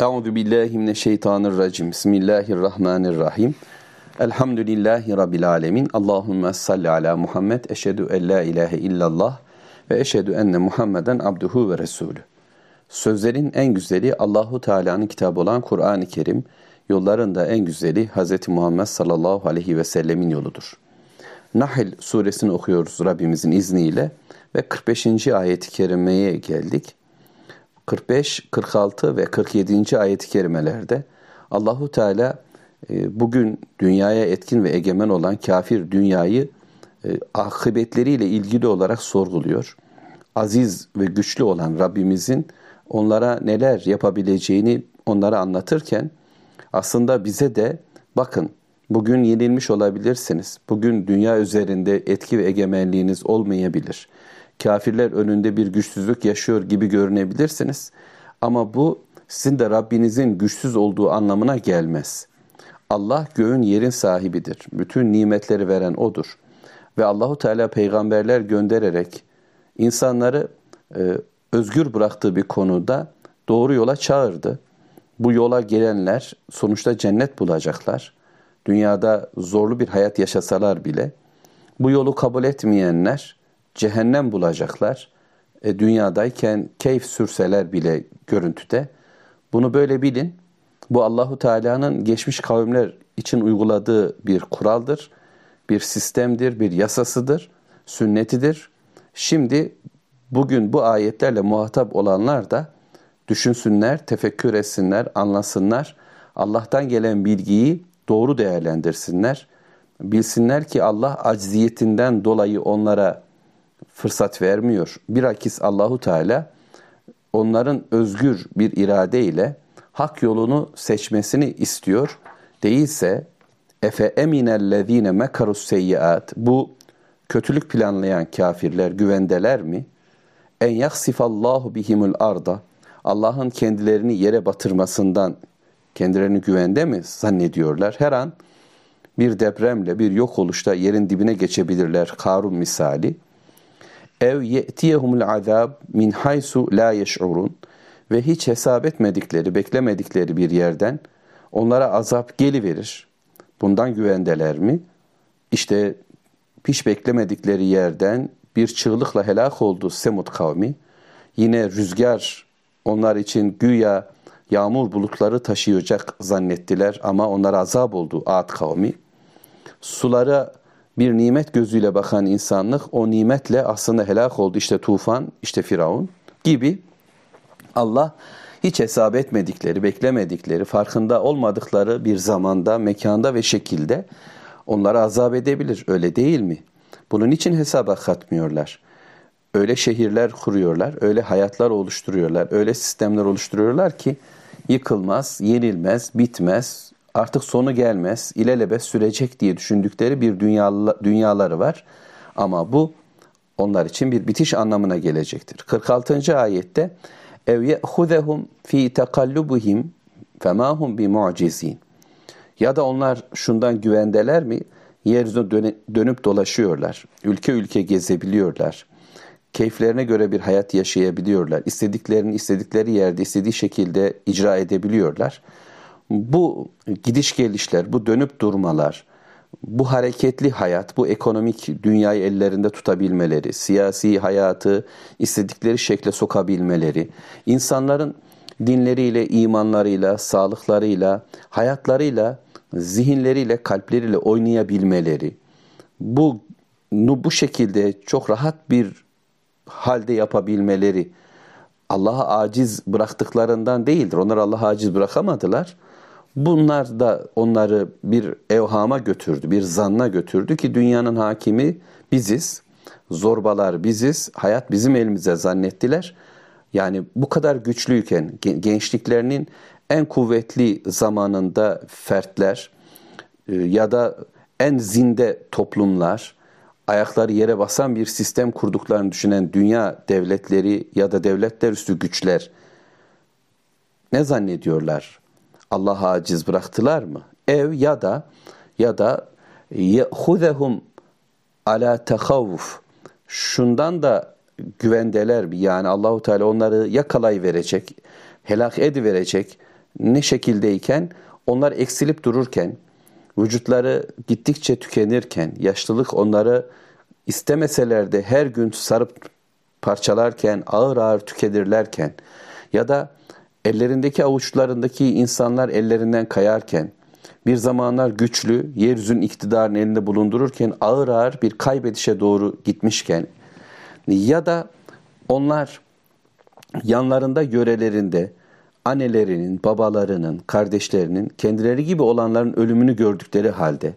Euzu billahi mineşşeytanirracim. Bismillahirrahmanirrahim. Elhamdülillahi rabbil alamin. Allahumme salli ala Muhammed. Eşhedü en la ilahe illallah ve eşhedü enne Muhammeden abduhu ve resulü. Sözlerin en güzeli Allahu Teala'nın kitabı olan Kur'an-ı Kerim, yolların da en güzeli Hz. Muhammed sallallahu aleyhi ve sellemin yoludur. Nahl suresini okuyoruz Rabbimizin izniyle ve 45. ayet-i kerimeye geldik. 45, 46 ve 47. ayet-i kerimelerde Allahu Teala bugün dünyaya etkin ve egemen olan kafir dünyayı akıbetleriyle ilgili olarak sorguluyor. Aziz ve güçlü olan Rabbimizin onlara neler yapabileceğini onlara anlatırken aslında bize de bakın bugün yenilmiş olabilirsiniz. Bugün dünya üzerinde etki ve egemenliğiniz olmayabilir. Kafirler önünde bir güçsüzlük yaşıyor gibi görünebilirsiniz. Ama bu sizin de Rabbinizin güçsüz olduğu anlamına gelmez. Allah göğün yerin sahibidir. Bütün nimetleri veren O'dur. Ve Allahu Teala peygamberler göndererek insanları özgür bıraktığı bir konuda doğru yola çağırdı. Bu yola gelenler sonuçta cennet bulacaklar. Dünyada zorlu bir hayat yaşasalar bile bu yolu kabul etmeyenler cehennem bulacaklar. Dünyadayken keyif sürseler bile görüntüde. Bunu böyle bilin. Bu Allahu Teala'nın geçmiş kavimler için uyguladığı bir kuraldır, bir sistemdir, bir yasasıdır, sünnetidir. Şimdi bugün bu ayetlerle muhatap olanlar da düşünsünler, tefekkür etsinler, anlasınlar. Allah'tan gelen bilgiyi doğru değerlendirsinler. Bilsinler ki Allah acziyetinden dolayı onlara fırsat vermiyor. Bilakis Allahu Teala onların özgür bir iradeyle hak yolunu seçmesini istiyor. Değilse efe eminellezine mekarus seyyiat, bu kötülük planlayan kafirler güvendeler mi? En yaksifallahu bihimul arda, Allah'ın kendilerini yere batırmasından kendilerini güvende mi zannediyorlar? Her an bir depremle, bir yok oluşta yerin dibine geçebilirler. Karun misali. Ev ye'tiyehumul azab min haysu la yeş'urun, ve hiç hesap etmedikleri, beklemedikleri bir yerden onlara azap geliverir. Bundan güvendeler mi? İşte hiç beklemedikleri yerden bir çığlıkla helak oldu Semud kavmi. Yine rüzgar onlar için güya yağmur bulutları taşıyacak zannettiler ama onlara azap oldu Ad kavmi. Sulara bir nimet gözüyle bakan insanlık o nimetle aslında helak oldu. İşte tufan, işte Firavun gibi. Allah hiç hesap etmedikleri, beklemedikleri, farkında olmadıkları bir zamanda, mekanda ve şekilde onlara azap edebilir. Öyle değil mi? Bunun için hesaba katmıyorlar. Öyle şehirler kuruyorlar, öyle hayatlar oluşturuyorlar, öyle sistemler oluşturuyorlar ki yıkılmaz, yenilmez, bitmez, artık sonu gelmez, ilelebet sürecek diye düşündükleri bir dünyaları var. Ama bu onlar için bir bitiş anlamına gelecektir. 46. ayette ev ye'khuzehum fi takallubuhum fema hum bimu'cizin, ya da onlar şundan güvendeler mi? Yeryüzüne dönüp dolaşıyorlar, ülke ülke gezebiliyorlar, keyiflerine göre bir hayat yaşayabiliyorlar, istediklerini istedikleri yerde istediği şekilde icra edebiliyorlar. Bu gidiş gelişler, bu dönüp durmalar, bu hareketli hayat, bu ekonomik dünyayı ellerinde tutabilmeleri, siyasi hayatı istedikleri şekle sokabilmeleri, insanların dinleriyle, imanlarıyla, sağlıklarıyla, hayatlarıyla, zihinleriyle, kalpleriyle oynayabilmeleri, bu şekilde çok rahat bir halde yapabilmeleri, Allah'a aciz bıraktıklarından değildir. Onlar Allah'a aciz bırakamadılar. Bunlar da onları bir evhama götürdü, bir zanna götürdü ki dünyanın hakimi biziz, zorbalar biziz, hayat bizim elimize zannettiler. Yani bu kadar güçlüyken, gençliklerinin en kuvvetli zamanında fertler ya da en zinde toplumlar, ayakları yere basan bir sistem kurduklarını düşünen dünya devletleri ya da devletler üstü güçler ne zannediyorlar? Allah'a aciz bıraktılar mı? Ev ya da ye'khuzehum ala tehawuf, şundan da güvendeler mi? Yani Allahu Teala onları yakalayıverecek, helak ediverecek ne şekildeyken, onlar eksilip dururken, vücutları gittikçe tükenirken, yaşlılık onları istemeseler de her gün sarıp parçalarken, ağır ağır tükenirlerken ya da ellerindeki avuçlarındaki insanlar ellerinden kayarken, bir zamanlar güçlü, yeryüzünün iktidarını elinde bulundururken ağır ağır bir kaybedişe doğru gitmişken ya da onlar yanlarında, yörelerinde annelerinin, babalarının, kardeşlerinin, kendileri gibi olanların ölümünü gördükleri halde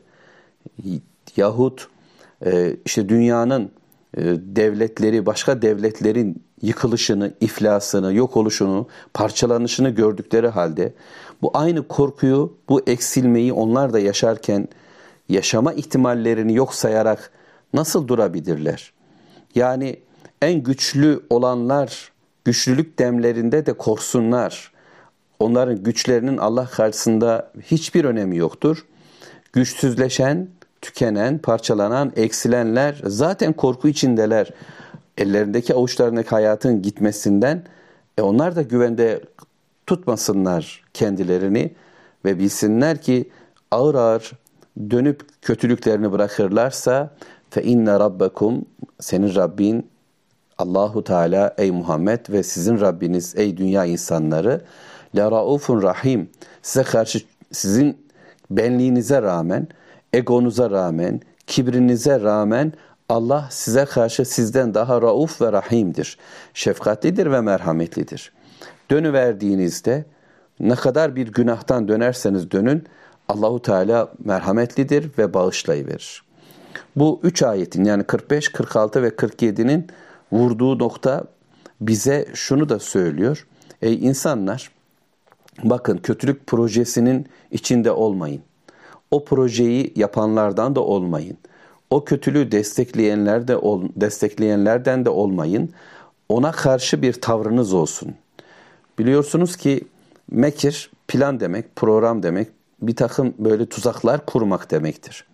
yahut işte dünyanın devletleri, başka devletlerin yıkılışını, iflasını, yok oluşunu, parçalanışını gördükleri halde bu aynı korkuyu, bu eksilmeyi onlar da yaşarken yaşama ihtimallerini yok sayarak nasıl durabilirler? Yani en güçlü olanlar güçlülük demlerinde de korksunlar. Onların güçlerinin Allah karşısında hiçbir önemi yoktur. Güçsüzleşen, tükenen, parçalanan, eksilenler zaten korku içindeler. Ellerindeki avuçlarındaki hayatın gitmesinden onlar da güvende tutmasınlar kendilerini ve bilsinler ki ağır ağır dönüp kötülüklerini bırakırlarsa fe inne rabbekum, senin Rabbin Allahu Teala ey Muhammed ve sizin Rabbiniz ey dünya insanları la raufun rahim, size karşı sizin benliğinize rağmen, egonuza rağmen, kibrinize rağmen Allah size karşı sizden daha rauf ve rahimdir. Şefkatlidir ve merhametlidir. Dönüverdiğinizde ne kadar bir günahtan dönerseniz dönün Allahu Teala merhametlidir ve bağışlayıverir. Bu 3 ayetin yani 45, 46 ve 47'nin vurduğu nokta bize şunu da söylüyor. Ey insanlar, bakın kötülük projesinin içinde olmayın. O projeyi yapanlardan da olmayın. O kötülüğü destekleyenlerden de olmayın. Ona karşı bir tavrınız olsun. Biliyorsunuz ki mekir, plan demek, program demek, bir takım böyle tuzaklar kurmak demektir.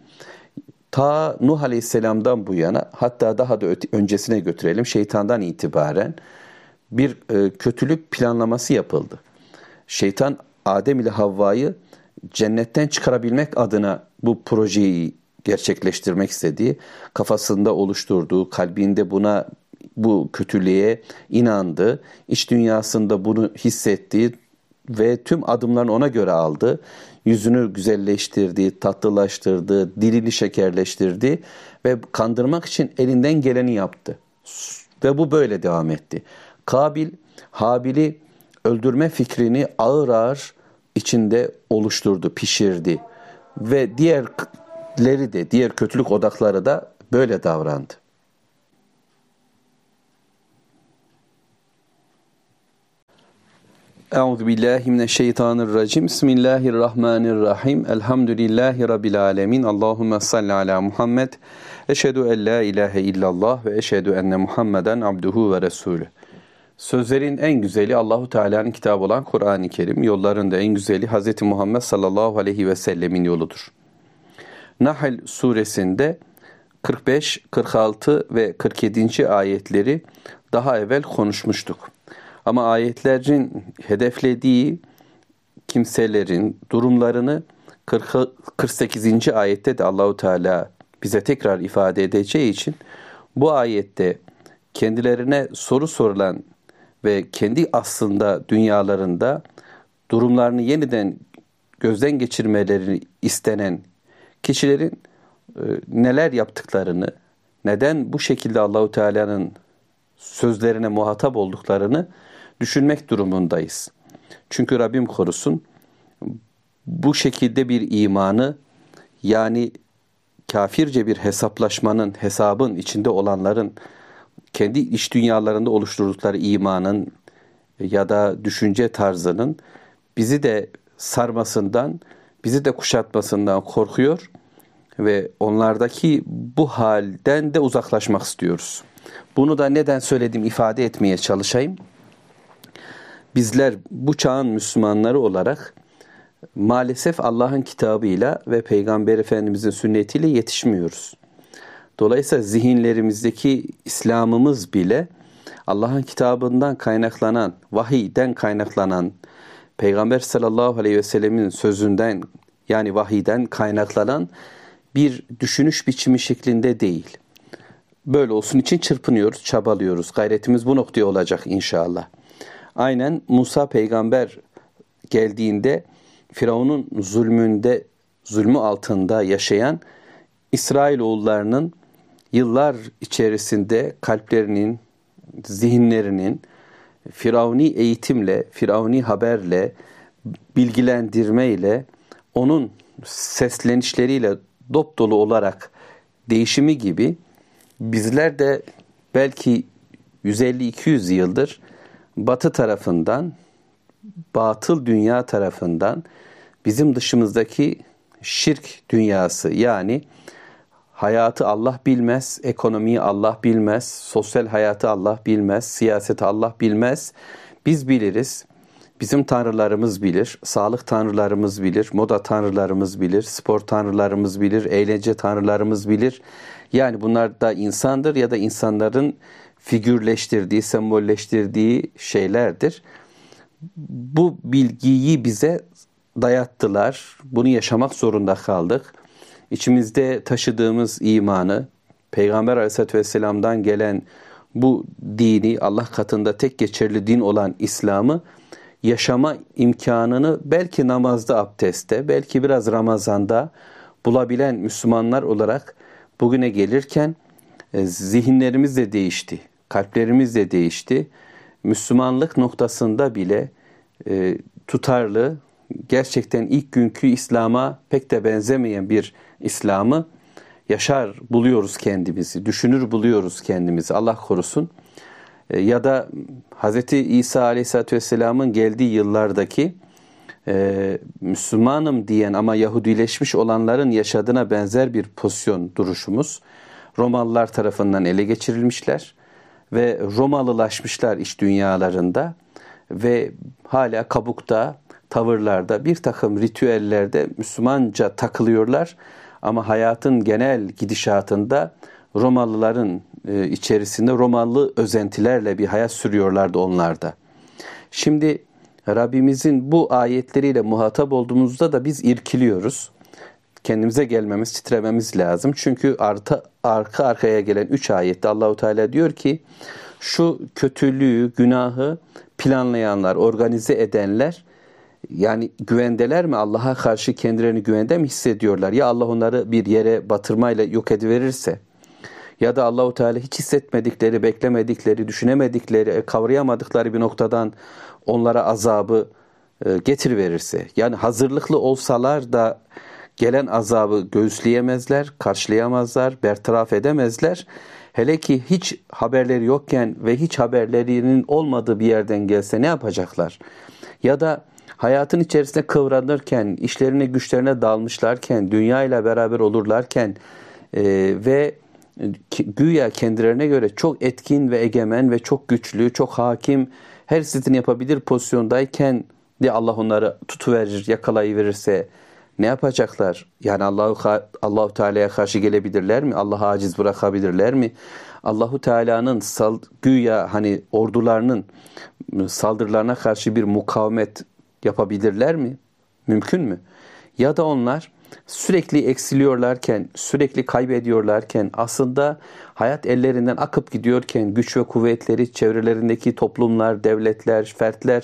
Ta Nuh Aleyhisselam'dan bu yana, hatta daha da öncesine götürelim, şeytandan itibaren bir kötülük planlaması yapıldı. Şeytan Adem ile Havva'yı cennetten çıkarabilmek adına bu projeyi gerçekleştirmek istediği, kafasında oluşturduğu, kalbinde bu kötülüğe inandı, iç dünyasında bunu hissettiği ve tüm adımlarını ona göre aldı. Yüzünü güzelleştirdi, tatlılaştırdı, dilini şekerleştirdi ve kandırmak için elinden geleni yaptı. Ve bu böyle devam etti. Kabil, Habil'i öldürme fikrini ağır ağır içinde oluşturdu, pişirdi. Ve diğer kötülük odakları da böyle davrandı. Euzubillahimineşşeytanirracim. Bismillahirrahmanirrahim. Elhamdülillahi Rabbil alemin. Allahümme salli ala Muhammed. Eşhedü en la ilahe illallah ve eşhedü enne Muhammeden abduhu ve resulü. Sözlerin en güzeli Allahu Teala'nın kitabı olan Kur'an-ı Kerim. Yolların da en güzeli Hz. Muhammed sallallahu aleyhi ve sellemin yoludur. Nahl suresinde 45, 46 ve 47. ayetleri daha evvel konuşmuştuk. Ama ayetlerin hedeflediği kimselerin durumlarını 48. ayette de Allahu Teala bize tekrar ifade edeceği için bu ayette kendilerine soru sorulan ve kendi aslında dünyalarında durumlarını yeniden gözden geçirmeleri istenen kişilerin neler yaptıklarını, neden bu şekilde Allahu Teala'nın sözlerine muhatap olduklarını düşünmek durumundayız. Çünkü Rabbim korusun, bu şekilde bir imanı, yani kafirce bir hesabın içinde olanların kendi iç dünyalarında oluşturdukları imanın ya da düşünce tarzının bizi de sarmasından, bizi de kuşatmasından korkuyor ve onlardaki bu halden de uzaklaşmak istiyoruz. Bunu da neden söylediğimi ifade etmeye çalışayım. Bizler bu çağın Müslümanları olarak maalesef Allah'ın kitabıyla ve Peygamber Efendimizin sünnetiyle yetişmiyoruz. Dolayısıyla zihinlerimizdeki İslam'ımız bile Allah'ın kitabından kaynaklanan, vahiyden kaynaklanan, Peygamber sallallahu aleyhi ve sellemin sözünden, yani vahiyden kaynaklanan bir düşünüş biçimi şeklinde değil. Böyle olsun için çırpınıyoruz, çabalıyoruz. Gayretimiz bu noktaya olacak inşallah. Aynen Musa peygamber geldiğinde Firavun'un zulmü altında yaşayan İsrailoğullarının yıllar içerisinde kalplerinin, zihinlerinin Firavuni eğitimle, Firavuni haberle, bilgilendirmeyle, onun seslenişleriyle dopdolu olarak değişimi gibi bizler de belki 150-200 yıldır Batı tarafından, batıl dünya tarafından bizim dışımızdaki şirk dünyası, yani hayatı Allah bilmez, ekonomiyi Allah bilmez, sosyal hayatı Allah bilmez, siyaseti Allah bilmez. Biz biliriz. Bizim tanrılarımız bilir, sağlık tanrılarımız bilir, moda tanrılarımız bilir, spor tanrılarımız bilir, eğlence tanrılarımız bilir. Yani bunlar da insandır ya da insanların figürleştirdiği, sembolleştirdiği şeylerdir. Bu bilgiyi bize dayattılar. Bunu yaşamak zorunda kaldık. İçimizde taşıdığımız imanı, Peygamber Aleyhisselatü Vesselam'dan gelen bu dini, Allah katında tek geçerli din olan İslam'ı yaşama imkanını belki namazda, abdestte, belki biraz Ramazan'da bulabilen Müslümanlar olarak bugüne gelirken zihinlerimiz de değişti, kalplerimiz de değişti. Müslümanlık noktasında bile tutarlı, gerçekten ilk günkü İslam'a pek de benzemeyen bir İslam'ı yaşar buluyoruz kendimizi, düşünür buluyoruz kendimizi, Allah korusun. Ya da Hz. İsa Aleyhisselatü Vesselam'ın geldiği yıllardaki Müslümanım diyen ama Yahudileşmiş olanların yaşadığına benzer bir pozisyon, duruşumuz. Romalılar tarafından ele geçirilmişler ve Romalılaşmışlar iç dünyalarında ve hala kabukta, tavırlarda, bir takım ritüellerde Müslümanca takılıyorlar ama hayatın genel gidişatında Romalıların içerisinde Romalı özentilerle bir hayat sürüyorlardı onlar da. Şimdi Rabbimizin bu ayetleriyle muhatap olduğumuzda da biz irkiliyoruz. Kendimize gelmemiz, titrememiz lazım. Çünkü arka arkaya gelen 3 ayette Allahu Teala diyor ki şu kötülüğü, günahı planlayanlar, organize edenler yani güvendeler mi? Allah'a karşı kendilerini güvende mi hissediyorlar? Ya Allah onları bir yere batırmayla yok ediverirse ya da Allahu Teala hiç hissetmedikleri, beklemedikleri, düşünemedikleri, kavrayamadıkları bir noktadan onlara azabı getiriverirse. Yani hazırlıklı olsalar da gelen azabı göğüsleyemezler, karşılayamazlar, bertaraf edemezler. Hele ki hiç haberleri yokken ve hiç haberlerinin olmadığı bir yerden gelse ne yapacaklar? Ya da hayatın içerisinde kıvranırken, işlerine güçlerine dalmışlarken, dünya ile beraber olurlarken ve güya kendilerine göre çok etkin ve egemen ve çok güçlü, çok hakim, her istediğini yapabilir pozisyondayken de Allah onları tutuverir, yakalayıverirse ne yapacaklar? Yani Allahu Teala'ya karşı gelebilirler mi? Allah'a aciz bırakabilirler mi? Allahu Teala'nın güya hani ordularının saldırılarına karşı bir mukavemet yapabilirler mi? Mümkün mü? Ya da onlar sürekli eksiliyorlarken, sürekli kaybediyorlarken, aslında hayat ellerinden akıp gidiyorken güç ve kuvvetleri, çevrelerindeki toplumlar, devletler, fertler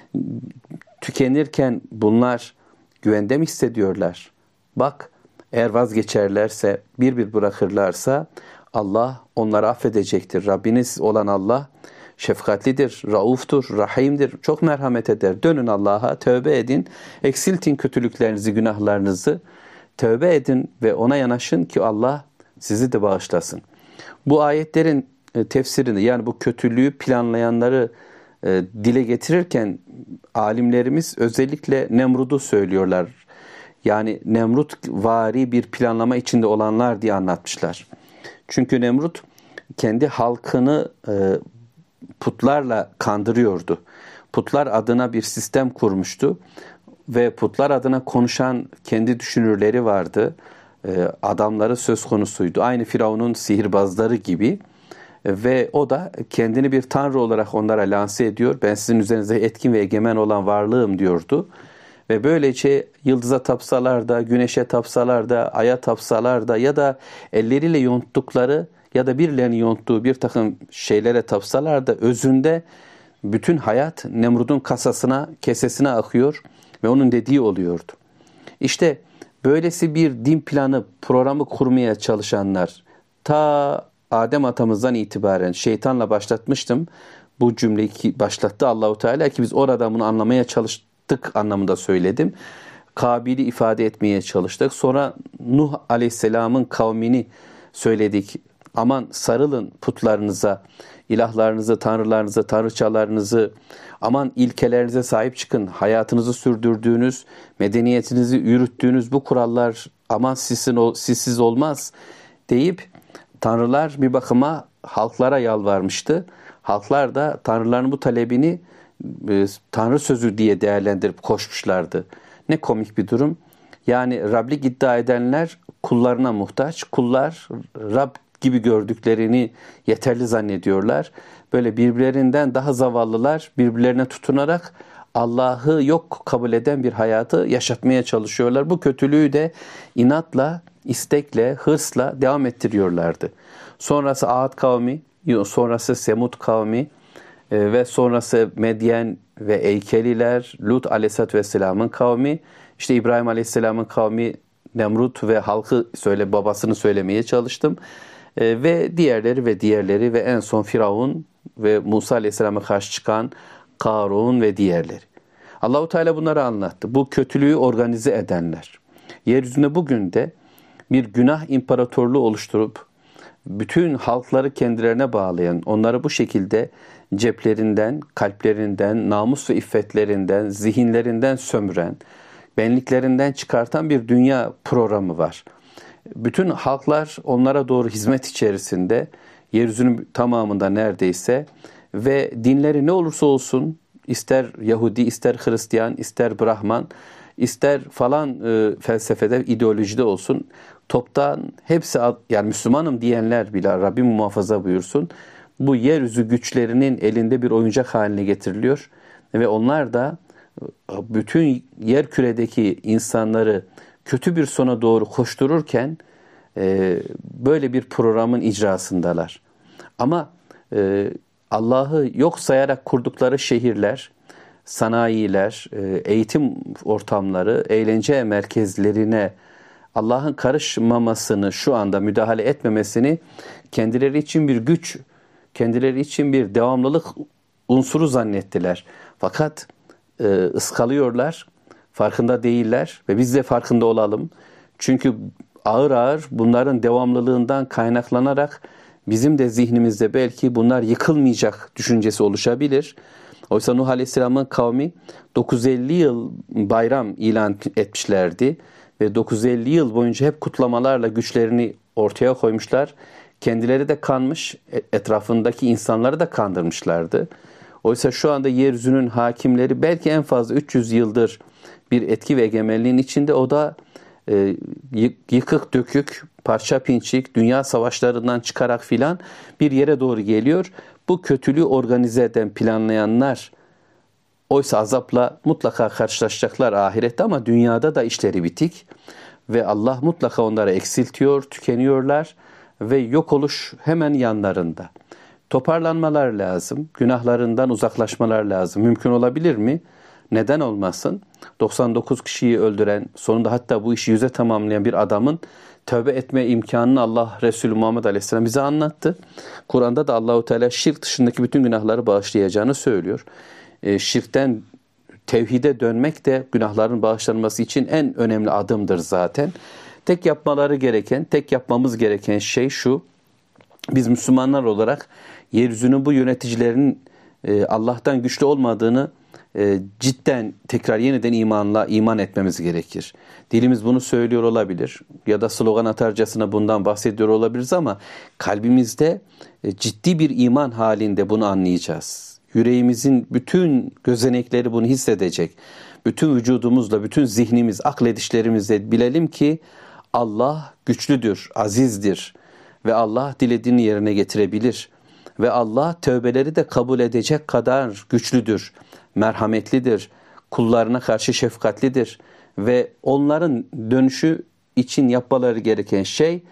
tükenirken bunlar güvende mi hissediyorlar? Bak, eğer vazgeçerlerse, bir bırakırlarsa Allah onları affedecektir. Rabbiniz olan Allah şefkatlidir, rauftur, rahimdir, çok merhamet eder. Dönün Allah'a, tövbe edin, eksiltin kötülüklerinizi, günahlarınızı, tövbe edin ve ona yanaşın ki Allah sizi de bağışlasın. Bu ayetlerin tefsirini, yani bu kötülüğü planlayanları dile getirirken alimlerimiz özellikle Nemrud'u söylüyorlar. Yani Nemrut vari bir planlama içinde olanlar diye anlatmışlar. Çünkü Nemrut kendi halkını putlarla kandırıyordu. Putlar adına bir sistem kurmuştu ve putlar adına konuşan kendi düşünürleri vardı. Adamları söz konusuydu. Aynı Firavun'un sihirbazları gibi Ve o da kendini bir tanrı olarak onlara lanse ediyor. Ben sizin üzerinize etkin ve egemen olan varlığım diyordu. Ve böylece yıldıza tapsalar da, güneşe tapsalar da, aya tapsalar da ya da elleriyle yonttukları ya da birilerinin yonttuğu bir takım şeylere tapsalar da özünde bütün hayat Nemrud'un kesesine akıyor ve onun dediği oluyordu. İşte böylesi bir din planı, programı kurmaya çalışanlar ta Adem atamızdan itibaren şeytanla başlatmıştım. Bu cümleyi başlattı Allahu Teala ki biz orada bunu anlamaya çalıştık anlamında söyledim. Kabil'i ifade etmeye çalıştık. Sonra Nuh Aleyhisselam'ın kavmini söyledik. Aman sarılın putlarınıza, ilahlarınızı, tanrılarınızı, tanrıçalarınızı, aman ilkelerinize sahip çıkın. Hayatınızı sürdürdüğünüz, medeniyetinizi yürüttüğünüz bu kurallar aman sizsiz olmaz deyip tanrılar bir bakıma halklara yalvarmıştı. Halklar da tanrıların bu talebini tanrı sözü diye değerlendirip koşmuşlardı. Ne komik bir durum. Yani Rablik iddia edenler kullarına muhtaç. Kullar Rab gibi gördüklerini yeterli zannediyorlar. Böyle birbirlerinden daha zavallılar birbirlerine tutunarak Allah'ı yok kabul eden bir hayatı yaşatmaya çalışıyorlar. Bu kötülüğü de inatla, istekle, hırsla devam ettiriyorlardı. Sonrası Ad kavmi, sonrası Semud kavmi ve sonrası Medyen ve Eykeliler, Lut Aleyhisselatü Vesselam'ın kavmi, işte İbrahim Aleyhisselam'ın kavmi, Nemrut ve halkı babasını söylemeye çalıştım. Ve diğerleri ve en son Firavun ve Musa Aleyhisselam'a karşı çıkan Karun ve diğerleri. Allahu Teala bunları anlattı. Bu kötülüğü organize edenler. Yeryüzünde bugün de bir günah imparatorluğu oluşturup bütün halkları kendilerine bağlayan, onları bu şekilde ceplerinden, kalplerinden, namus ve iffetlerinden, zihinlerinden sömüren, benliklerinden çıkartan bir dünya programı var. Bütün halklar onlara doğru hizmet içerisinde, yeryüzünün tamamında neredeyse ve dinleri ne olursa olsun, ister Yahudi, ister Hristiyan, ister Brahman, ister falan felsefede, ideolojide olsun, toptan hepsi yani Müslümanım diyenler bile Rabbim muhafaza buyursun, bu yeryüzü güçlerinin elinde bir oyuncak haline getiriliyor ve onlar da bütün yer küredeki insanları kötü bir sona doğru koştururken böyle bir programın icrasındalar. Ama Allah'ı yok sayarak kurdukları şehirler, sanayiler, eğitim ortamları, eğlence merkezlerine Allah'ın karışmamasını, şu anda müdahale etmemesini kendileri için bir güç, kendileri için bir devamlılık unsuru zannettiler. Fakat ıskalıyorlar, farkında değiller ve biz de farkında olalım. Çünkü ağır ağır bunların devamlılığından kaynaklanarak bizim de zihnimizde belki bunlar yıkılmayacak düşüncesi oluşabilir. Oysa Nuh Aleyhisselam'ın kavmi 950 yıl bayram ilan etmişlerdi ve 950 yıl boyunca hep kutlamalarla güçlerini ortaya koymuşlar. Kendileri de kanmış, etrafındaki insanları da kandırmışlardı. Oysa şu anda yeryüzünün hakimleri belki en fazla 300 yıldır bir etki ve egemenliğin içinde, o da yıkık dökük, parça pinçik, dünya savaşlarından çıkarak filan bir yere doğru geliyor. Bu kötülüğü organize eden, planlayanlar oysa azapla mutlaka karşılaşacaklar ahirette ama dünyada da işleri bitik ve Allah mutlaka onları eksiltiyor, tükeniyorlar ve yok oluş hemen yanlarında. Toparlanmalar lazım, günahlarından uzaklaşmalar lazım. Mümkün olabilir mi? Neden olmasın? 99 kişiyi öldüren, sonunda hatta bu işi 100'e tamamlayan bir adamın tövbe etme imkanını Allah Resulü Muhammed Aleyhisselam bize anlattı. Kur'an'da da Allahu Teala şirk dışındaki bütün günahları bağışlayacağını söylüyor. Şirkten tevhide dönmek de günahların bağışlanması için en önemli adımdır zaten. Tek yapmamız gereken şey şu: biz Müslümanlar olarak yeryüzünün bu yöneticilerinin Allah'tan güçlü olmadığını cidden tekrar yeniden iman etmemiz gerekir. Dilimiz bunu söylüyor olabilir ya da slogan atarcasına bundan bahsediyor olabiliriz ama kalbimizde ciddi bir iman halinde bunu anlayacağız. Yüreğimizin bütün gözenekleri bunu hissedecek. Bütün vücudumuzla, bütün zihnimiz, akledişlerimizle bilelim ki Allah güçlüdür, azizdir ve Allah dilediğini yerine getirebilir. Ve Allah tövbeleri de kabul edecek kadar güçlüdür, merhametlidir, kullarına karşı şefkatlidir. Ve onların dönüşü için yapmaları gereken şey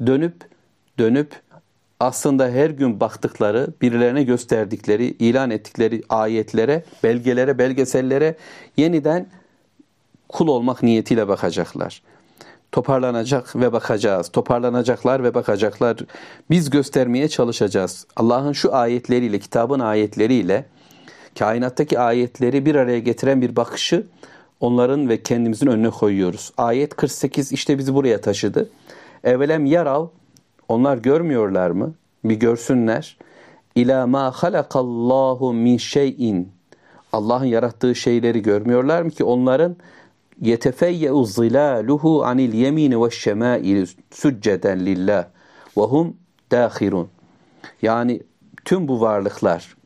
dönüp aslında her gün baktıkları, birilerine gösterdikleri, ilan ettikleri ayetlere, belgelere, belgesellere yeniden kul olmak niyetiyle bakacaklar. Toparlanacak ve bakacağız. Toparlanacaklar ve bakacaklar. Biz göstermeye çalışacağız. Allah'ın şu ayetleriyle, kitabın ayetleriyle, kainattaki ayetleri bir araya getiren bir bakışı onların ve kendimizin önüne koyuyoruz. Ayet 48 işte bizi buraya taşıdı. Evelem yarav, onlar görmüyorlar mı? Bir görsünler. İlâ mâ halakallahu min şeyin. Allah'ın yarattığı şeyleri görmüyorlar mı ki onların yetefeyye'u zilâluhu anil yemini ve şemâili sücceden lillah ve hum dâhirun. Yani tüm bu varlıklar,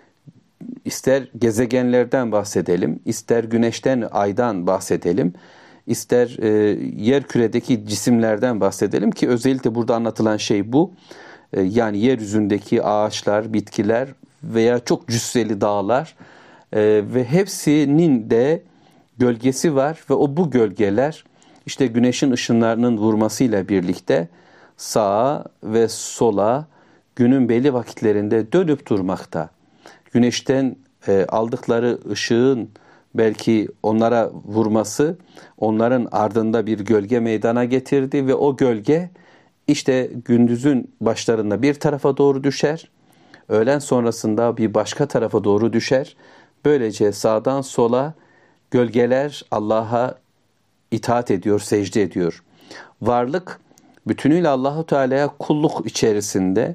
ister gezegenlerden bahsedelim, ister güneşten, aydan bahsedelim, ister yerküredeki cisimlerden bahsedelim ki özellikle burada anlatılan şey bu. Yani yeryüzündeki ağaçlar, bitkiler veya çok cüsseli dağlar ve hepsinin de gölgesi var ve bu gölgeler işte güneşin ışınlarının vurmasıyla birlikte sağa ve sola günün belli vakitlerinde dönüp durmakta. Güneşten aldıkları ışığın belki onlara vurması onların ardında bir gölge meydana getirdi ve o gölge işte gündüzün başlarında bir tarafa doğru düşer, öğlen sonrasında bir başka tarafa doğru düşer. Böylece sağdan sola gölgeler Allah'a itaat ediyor, secde ediyor. Varlık bütünüyle Allahu Teala'ya kulluk içerisinde,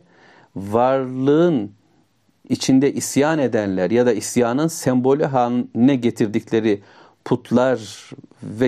varlığın içinde isyan edenler ya da isyanın sembolü haline getirdikleri putlar ve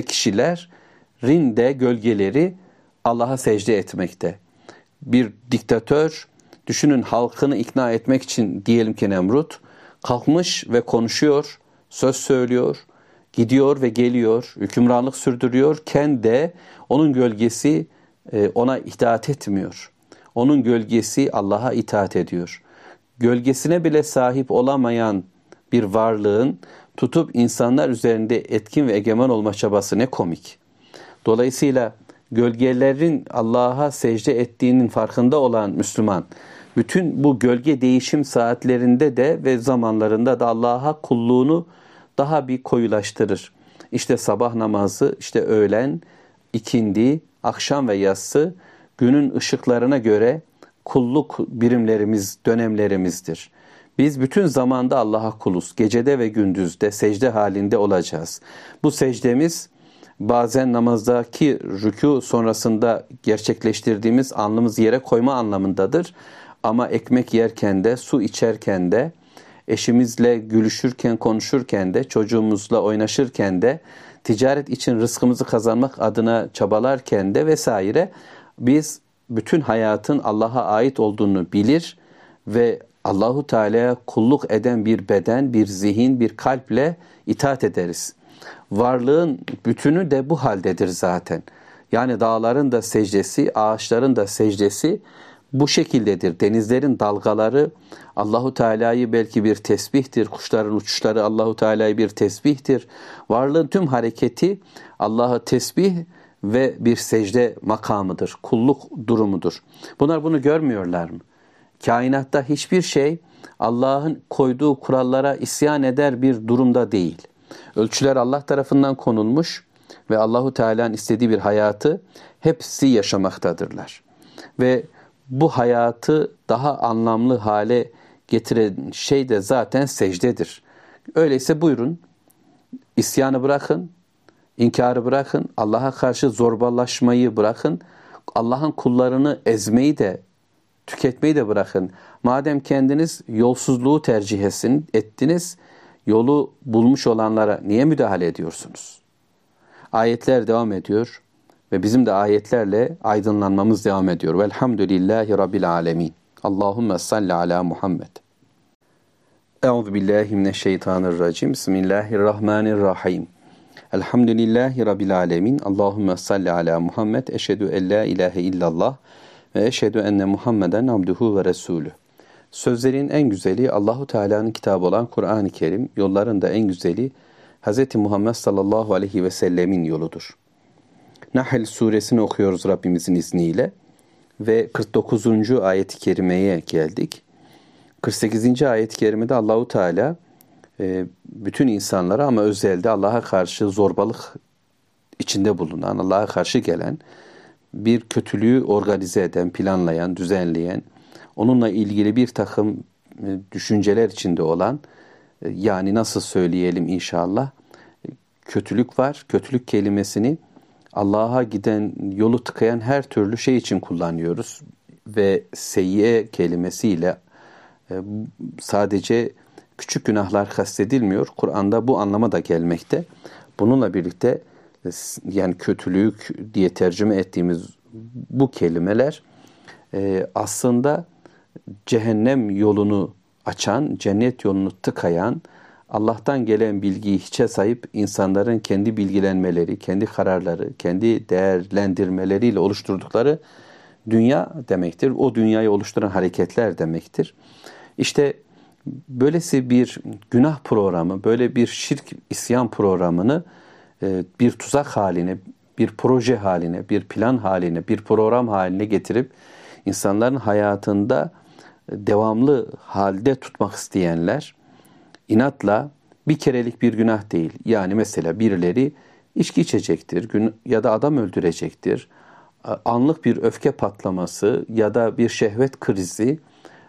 kişilerin de gölgeleri Allah'a secde etmekte. Bir diktatör, düşünün halkını ikna etmek için diyelim ki Nemrut, kalkmış ve konuşuyor, söz söylüyor, gidiyor ve geliyor, hükümranlık sürdürüyorken de onun gölgesi ona itaat etmiyor. Onun gölgesi Allah'a itaat ediyor. Gölgesine bile sahip olamayan bir varlığın tutup insanlar üzerinde etkin ve egemen olma çabası ne komik. Dolayısıyla gölgelerin Allah'a secde ettiğinin farkında olan Müslüman, bütün bu gölge değişim saatlerinde de ve zamanlarında da Allah'a kulluğunu daha bir koyulaştırır. İşte sabah namazı, işte öğlen, ikindi, akşam ve yatsı günün ışıklarına göre kulluk birimlerimiz, dönemlerimizdir. Biz bütün zamanda Allah'a kuluz. Gecede ve gündüzde secde halinde olacağız. Bu secdemiz bazen namazdaki rükû sonrasında gerçekleştirdiğimiz alnımızı yere koyma anlamındadır. Ama ekmek yerken de, su içerken de, eşimizle gülüşürken, konuşurken de, çocuğumuzla oynaşırken de, ticaret için rızkımızı kazanmak adına çabalarken de vesaire biz bütün hayatın Allah'a ait olduğunu bilir ve Allahu Teala'ya kulluk eden bir beden, bir zihin, bir kalple itaat ederiz. Varlığın bütünü de bu haldedir zaten. Yani dağların da secdesi, ağaçların da secdesi bu şekildedir. Denizlerin dalgaları Allahu Teala'yı belki bir tesbihtir. Kuşların uçuşları Allahu Teala'yı bir tesbihtir. Varlığın tüm hareketi Allah'a tesbih ve bir secde makamıdır. Kulluk durumudur. Bunlar bunu görmüyorlar mı? Kainatta hiçbir şey Allah'ın koyduğu kurallara isyan eder bir durumda değil. Ölçüler Allah tarafından konulmuş ve Allahu Teala'nın istediği bir hayatı hepsi yaşamaktadırlar. Ve bu hayatı daha anlamlı hale getiren şey de zaten secdedir. Öyleyse buyurun, isyanı bırakın, inkarı bırakın, Allah'a karşı zorbalaşmayı bırakın, Allah'ın kullarını ezmeyi de, tüketmeyi de bırakın. Madem kendiniz yolsuzluğu tercih ettiniz, yolu bulmuş olanlara niye müdahale ediyorsunuz? Ayetler devam ediyor ve bizim de ayetlerle aydınlanmamız devam ediyor. Velhamdülillahi Rabbil alemin. Allahümme salli ala Muhammed. Euzubillahimineşşeytanirracim. Bismillahirrahmanirrahim. Elhamdülillahi Rabbil alemin. Allahümme salli ala Muhammed. Eşhedü en la ilahe illallah ve eşhedü enne Muhammeden abduhu ve resulü. Sözlerin en güzeli Allahu Teala'nın kitabı olan Kur'an-ı Kerim, yolların da en güzeli Hz. Muhammed sallallahu aleyhi ve sellemin yoludur. Nahl suresini okuyoruz Rabbimizin izniyle ve 49. ayet-i kerimeye geldik. 48. ayet-i kerimede Allahu Teala bütün insanlara ama özelde Allah'a karşı zorbalık içinde bulunan, Allah'a karşı gelen, bir kötülüğü organize eden, planlayan, düzenleyen, onunla ilgili bir takım düşünceler içinde olan, yani nasıl söyleyelim inşallah, kötülük var. Kötülük kelimesini Allah'a giden, yolu tıkayan her türlü şey için kullanıyoruz. Ve seyyiye kelimesiyle sadece küçük günahlar kastedilmiyor. Kur'an'da bu anlama da gelmekte. Bununla birlikte yani kötülük diye tercüme ettiğimiz bu kelimeler aslında cehennem yolunu açan, cennet yolunu tıkayan, Allah'tan gelen bilgiyi hiçe sayıp insanların kendi bilgilenmeleri, kendi kararları, kendi değerlendirmeleriyle oluşturdukları dünya demektir. O dünyayı oluşturan hareketler demektir. İşte böylesi bir günah programı, böyle bir şirk isyan programını bir tuzak haline, bir proje haline, bir plan haline, bir program haline getirip insanların hayatında devamlı halde tutmak isteyenler inatla bir kerelik bir günah değil. Yani mesela birileri içki içecektir ya da adam öldürecektir. Anlık bir öfke patlaması ya da bir şehvet krizi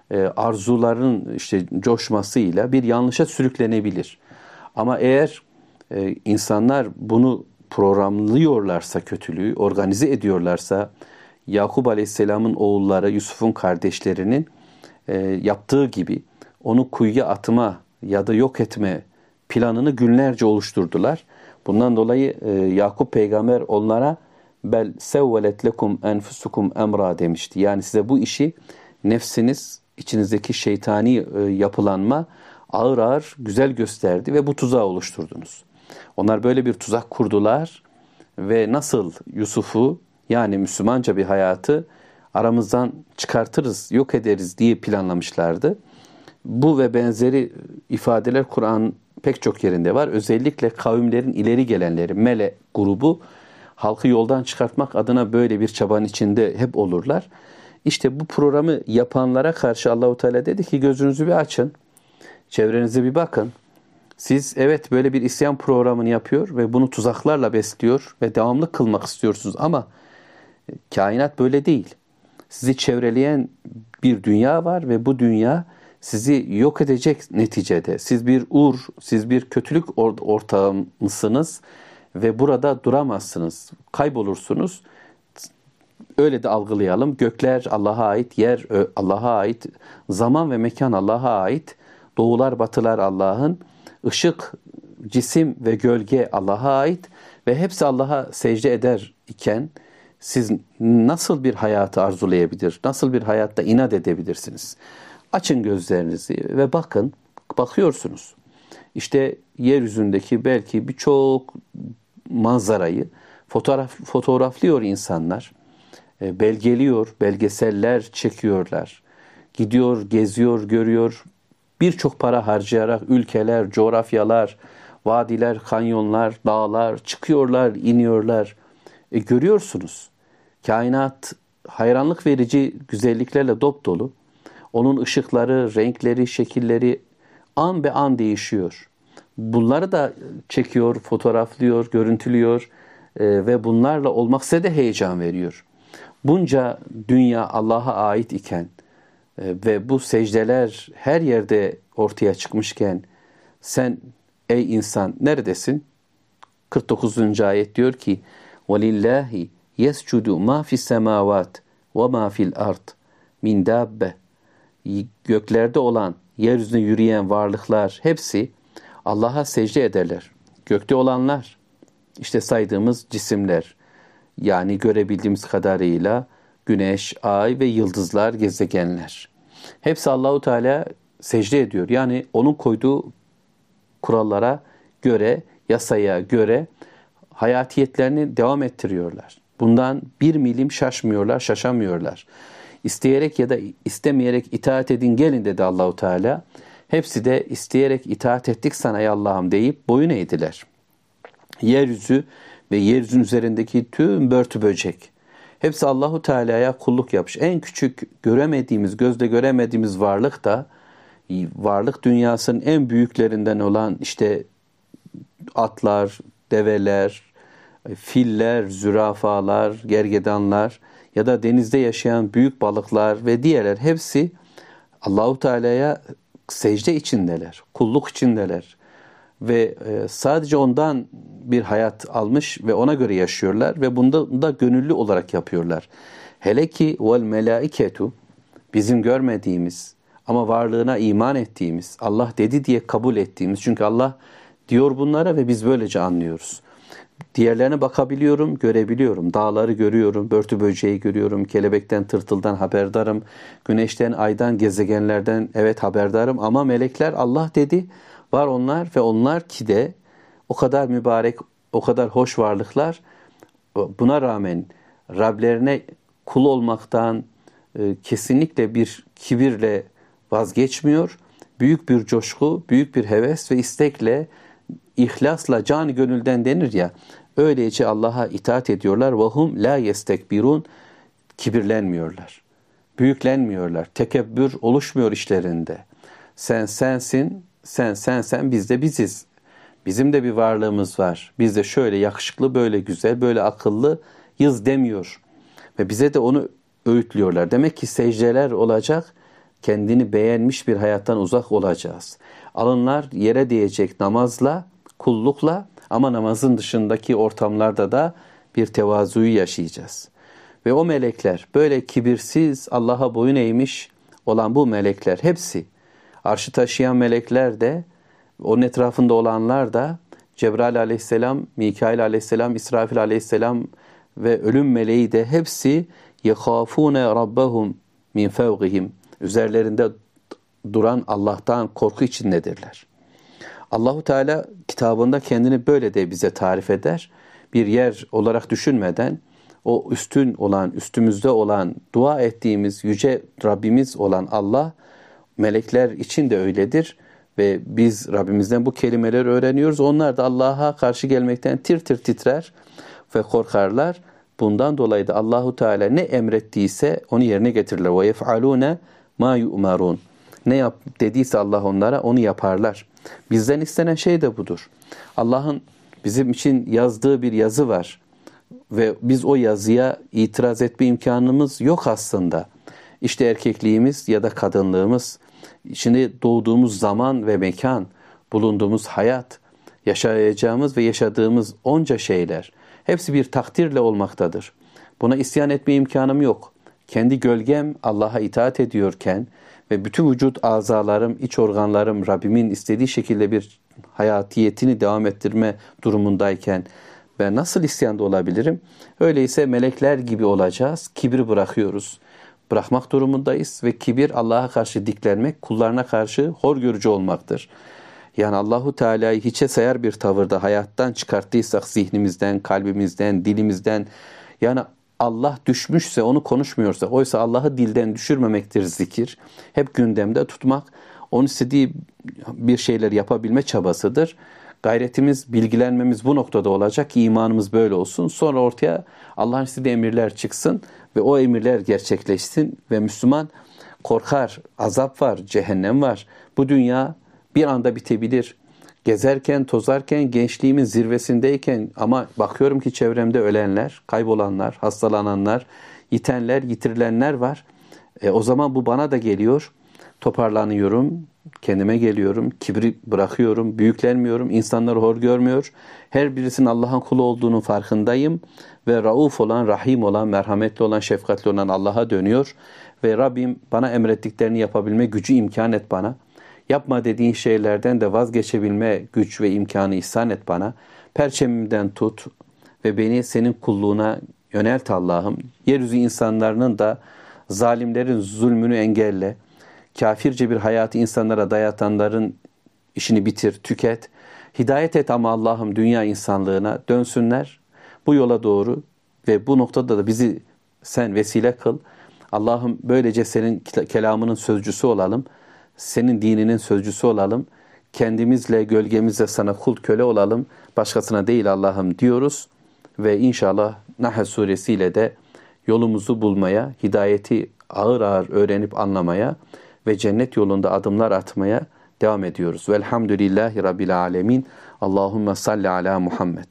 arzuların işte coşmasıyla bir yanlışa sürüklenebilir. Ama eğer insanlar bunu programlıyorlarsa, kötülüğü organize ediyorlarsa, Yakup Aleyhisselam'ın oğulları, Yusuf'un kardeşlerinin yaptığı gibi onu kuyuya atma ya da yok etme planını günlerce oluşturdular. Bundan dolayı Yakup peygamber onlara bel sevvelet lekum enfusukum emra demişti. Yani size bu işi nefsiniz, içinizdeki şeytani yapılanma ağır ağır güzel gösterdi ve bu tuzağı oluşturdunuz. Onlar böyle bir tuzak kurdular ve nasıl Yusuf'u, yani Müslümanca bir hayatı aramızdan çıkartırız, yok ederiz diye planlamışlardı. Bu ve benzeri ifadeler Kur'an pek çok yerinde var. Özellikle kavimlerin ileri gelenleri, Mele grubu halkı yoldan çıkartmak adına böyle bir çabanın içinde hep olurlar. İşte bu programı yapanlara karşı Allahu Teala dedi ki gözünüzü bir açın, çevrenize bir bakın. Siz evet böyle bir isyan programını yapıyor ve bunu tuzaklarla besliyor ve devamlı kılmak istiyorsunuz ama kainat böyle değil. Sizi çevreleyen bir dünya var ve bu dünya sizi yok edecek neticede. Siz bir siz bir kötülük ortağı mısınız ve burada duramazsınız. Kaybolursunuz. Öyle de algılayalım. Gökler Allah'a ait, yer Allah'a ait, zaman ve mekan Allah'a ait, doğular batılar Allah'ın, ışık, cisim ve gölge Allah'a ait ve hepsi Allah'a secde eder iken siz nasıl bir hayatı arzulayabilir, nasıl bir hayatta inat edebilirsiniz? Açın gözlerinizi ve bakın, bakıyorsunuz. İşte yeryüzündeki belki birçok manzarayı fotoğraflıyor insanlar, belgeliyor, belgeseller çekiyorlar. Gidiyor, geziyor, görüyor, birçok para harcayarak ülkeler, coğrafyalar, vadiler, kanyonlar, dağlar çıkıyorlar, iniyorlar. Görüyorsunuz, kainat hayranlık verici güzelliklerle dopdolu. Onun ışıkları, renkleri, şekilleri an be an değişiyor. Bunları da çekiyor, fotoğraflıyor, görüntülüyor ve bunlarla olmak size de heyecan veriyor. Bunca dünya Allah'a ait iken ve bu secdeler her yerde ortaya çıkmışken sen ey insan neredesin? 49. ayet diyor ki وَلِلَّهِ يَسْجُدُ مَا فِي السَّمَاوَاتِ وَمَا فِي الْأَرْضِ مِنْ دَابَّةٍ. Göklerde olan, yeryüzünde yürüyen varlıklar hepsi Allah'a secde ederler. Gökte olanlar, işte saydığımız cisimler, yani görebildiğimiz kadarıyla güneş, ay ve yıldızlar, gezegenler. Hepsi Allahu Teala secde ediyor. Yani onun koyduğu kurallara göre, yasaya göre hayatiyetlerini devam ettiriyorlar. Bundan bir milim şaşmıyorlar, şaşamıyorlar. İsteyerek ya da istemeyerek itaat edin gelin dedi Allahu Teala. Hepsi de isteyerek itaat ettik sana ey Allah'ım deyip boyun eğdiler. Yeryüzü ve yeryüzünün üzerindeki tüm börtü böcek hepsi Allahu Teala'ya kulluk yapmış. En küçük göremediğimiz, gözle göremediğimiz varlık da varlık dünyasının en büyüklerinden olan işte atlar, develer, filler, zürafalar, gergedanlar ya da denizde yaşayan büyük balıklar ve diğerler hepsi Allahu Teala'ya secde içindeler, kulluk içindeler ve sadece ondan bir hayat almış ve ona göre yaşıyorlar ve bunda da gönüllü olarak yapıyorlar. Hele ki vel melaiketu bizim görmediğimiz ama varlığına iman ettiğimiz, Allah dedi diye kabul ettiğimiz. Çünkü Allah diyor bunlara ve biz böylece anlıyoruz. Diğerlerine bakabiliyorum, görebiliyorum. Dağları görüyorum, börtü böceği görüyorum, kelebekten, tırtıldan haberdarım. Güneşten, aydan, gezegenlerden evet haberdarım. Ama melekler Allah dedi, var onlar ve onlar ki de o kadar mübarek, o kadar hoş varlıklar. Buna rağmen Rablerine kul olmaktan kesinlikle bir kibirle vazgeçmiyor. Büyük bir coşku, büyük bir heves ve istekle, ihlasla, can gönülden denir ya, öylece Allah'a itaat ediyorlar. وَهُمْ لَا يَسْتَكْبِرُونَ kibirlenmiyorlar, büyüklenmiyorlar, tekebbür oluşmuyor işlerinde. Sen sensin, sen sensen, biz de biziz. Bizim de bir varlığımız var. Biz de şöyle yakışıklı, böyle güzel, böyle akıllıyız demiyor. Ve bize de onu öğütlüyorlar. Demek ki secdeler olacak, kendini beğenmiş bir hayattan uzak olacağız. Alınlar yere değecek namazla, kullukla ama namazın dışındaki ortamlarda da bir tevazuyu yaşayacağız. Ve o melekler, böyle kibirsiz, Allah'a boyun eğmiş olan bu melekler hepsi, arşı taşıyan melekler de, onun etrafında olanlar da, Cebrail aleyhisselam, Mikail aleyhisselam, İsrafil aleyhisselam ve ölüm meleği de hepsi يَخَافُونَ رَبَّهُمْ مِنْ فَوْقِهِمْ üzerlerinde duran Allah'tan korku içindedirler. Allahu Teala kitabında kendini böyle de bize tarif eder. Bir yer olarak düşünmeden o üstün olan, üstümüzde olan, dua ettiğimiz yüce Rabbimiz olan Allah, melekler için de öyledir. Ve biz Rabbimizden bu kelimeleri öğreniyoruz. Onlar da Allah'a karşı gelmekten tir tir titrer ve korkarlar. Bundan dolayı da Allahu Teala ne emrettiyse onu yerine getirirler. Ve yef'alune ma yu'marun. Ne yap dediyse Allah onlara onu yaparlar. Bizden istenen şey de budur. Allah'ın bizim için yazdığı bir yazı var ve biz o yazıya itiraz etme imkanımız yok aslında. İşte erkekliğimiz ya da kadınlığımız, şimdi doğduğumuz zaman ve mekan, bulunduğumuz hayat, yaşayacağımız ve yaşadığımız onca şeyler hepsi bir takdirle olmaktadır. Buna isyan etme imkanım yok. Kendi gölgem Allah'a itaat ediyorken ve bütün vücut azalarım, iç organlarım Rabbimin istediği şekilde bir hayatiyetini devam ettirme durumundayken ben nasıl isyanda olabilirim? Öyleyse melekler gibi olacağız. Kibri bırakıyoruz. Bırakmak durumundayız ve kibir Allah'a karşı diklenmek, kullarına karşı hor görücü olmaktır. Yani Allahu Teala'yı hiçe sayar bir tavırda hayattan çıkarttıysak zihnimizden, kalbimizden, dilimizden, yani Allah düşmüşse onu konuşmuyorsa, oysa Allah'ı dilden düşürmemektir zikir. Hep gündemde tutmak, onun istediği bir şeyler yapabilme çabasıdır. Gayretimiz, bilgilenmemiz bu noktada olacak ki imanımız böyle olsun. Sonra ortaya Allah'ın istediği emirler çıksın ve o emirler gerçekleşsin ve Müslüman korkar. Azap var, cehennem var. Bu dünya bir anda bitebilir. Gezerken, tozarken, gençliğimin zirvesindeyken ama bakıyorum ki çevremde ölenler, kaybolanlar, hastalananlar, yitenler, yitirilenler var. O zaman bu bana da geliyor. Toparlanıyorum, kendime geliyorum, kibri bırakıyorum, büyüklenmiyorum, insanları hor görmüyor. Her birisinin Allah'ın kulu olduğunun farkındayım ve rauf olan, rahim olan, merhametli olan, şefkatli olan Allah'a dönüyor. Ve Rabbim bana emrettiklerini yapabilme gücü imkan et bana. Yapma dediğin şeylerden de vazgeçebilme güç ve imkanı ihsan et bana. Perçemimden tut ve beni senin kulluğuna yönelt Allah'ım. Yeryüzü insanların da zalimlerin zulmünü engelle. Kafirce bir hayatı insanlara dayatanların işini bitir, tüket. Hidayet et ama Allah'ım dünya insanlığına dönsünler bu yola doğru ve bu noktada da bizi sen vesile kıl. Allah'ım böylece senin kelamının sözcüsü olalım. Senin dininin sözcüsü olalım. Kendimizle, gölgemizle sana kul köle olalım. Başkasına değil Allah'ım diyoruz. Ve inşallah Nahl suresiyle de yolumuzu bulmaya, hidayeti ağır ağır öğrenip anlamaya ve cennet yolunda adımlar atmaya devam ediyoruz. Velhamdülillahi Rabbil alemin. Allahümme salli ala Muhammed.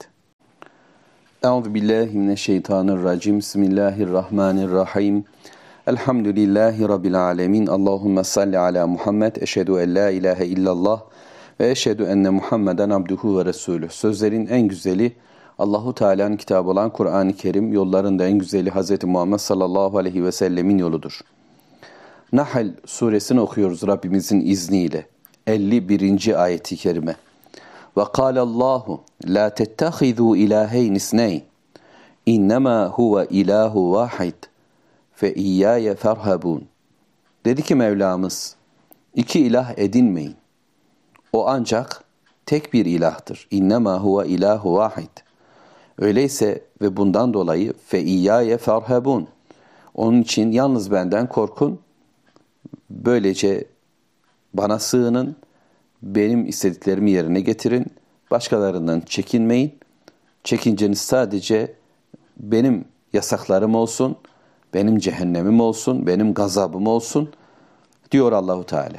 Euzubillahimineşşeytanirracim. Bismillahirrahmanirrahim. Elhamdülillahi Rabbil alemin. Allahümme salli ala Muhammed. Eşhedü en la ilahe illallah ve eşhedü enne Muhammeden abduhu ve resulüh. Sözlerin en güzeli Allahu Teala'nın kitabı olan Kur'an-ı Kerim, yolların da en güzeli Hz. Muhammed sallallahu aleyhi ve sellemin yoludur. Nahl suresini okuyoruz Rabbimizin izniyle. 51. ayeti kerime. Ve kâlallahu la tettehidû ilâheyn isneyn innemâ huve ilâhu vâhid fe iyyâye ferhabûn. Dedi ki Mevlamız, iki ilah edinmeyin. O ancak tek bir ilahtır. İnnemâ huve ilâhu vâhid. Öyleyse ve bundan dolayı fe iyyâye ferhabûn. Onun için yalnız benden korkun. Böylece bana sığının, benim istediklerimi yerine getirin, başkalarından çekinmeyin. Çekinceniz sadece benim yasaklarım olsun, benim cehennemim olsun, benim gazabım olsun diyor Allahu Teala.